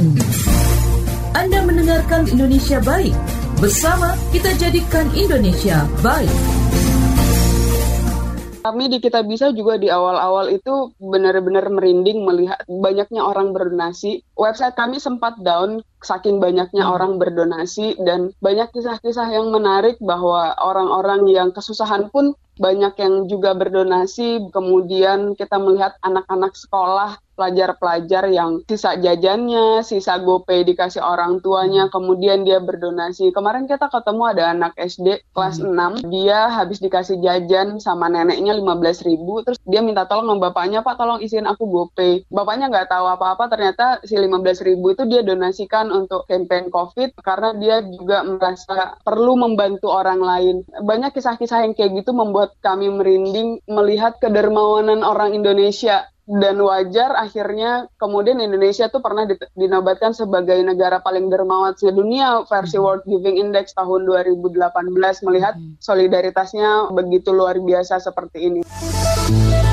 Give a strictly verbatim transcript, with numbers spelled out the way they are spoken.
Anda mendengarkan Indonesia Baik. Bersama kita jadikan Indonesia baik. Kami di Kita Bisa juga di awal-awal itu benar-benar merinding melihat banyaknya orang berdonasi. Website kami sempat down saking banyaknya hmm. orang berdonasi, dan banyak kisah-kisah yang menarik bahwa orang-orang yang kesusahan pun banyak yang juga berdonasi. Kemudian kita melihat anak-anak sekolah, pelajar-pelajar yang sisa jajannya, sisa GoPay dikasih orang tuanya, kemudian dia berdonasi. Kemarin kita ketemu ada anak S D kelas hmm. enam, dia habis dikasih jajan sama neneknya lima belas ribu, terus dia minta tolong sama bapaknya, "Pak, tolong isiin aku GoPay." Bapaknya nggak tahu apa-apa, ternyata si lima belas ribu itu dia donasikan untuk campaign COVID karena dia juga merasa perlu membantu orang lain. Banyak kisah-kisah yang kayak gitu membuat kami merinding melihat kedermawanan orang Indonesia. Dan wajar akhirnya kemudian Indonesia tuh pernah dinobatkan sebagai negara paling dermawan sedunia versi World Giving Index tahun dua ribu delapan belas, melihat solidaritasnya begitu luar biasa seperti ini.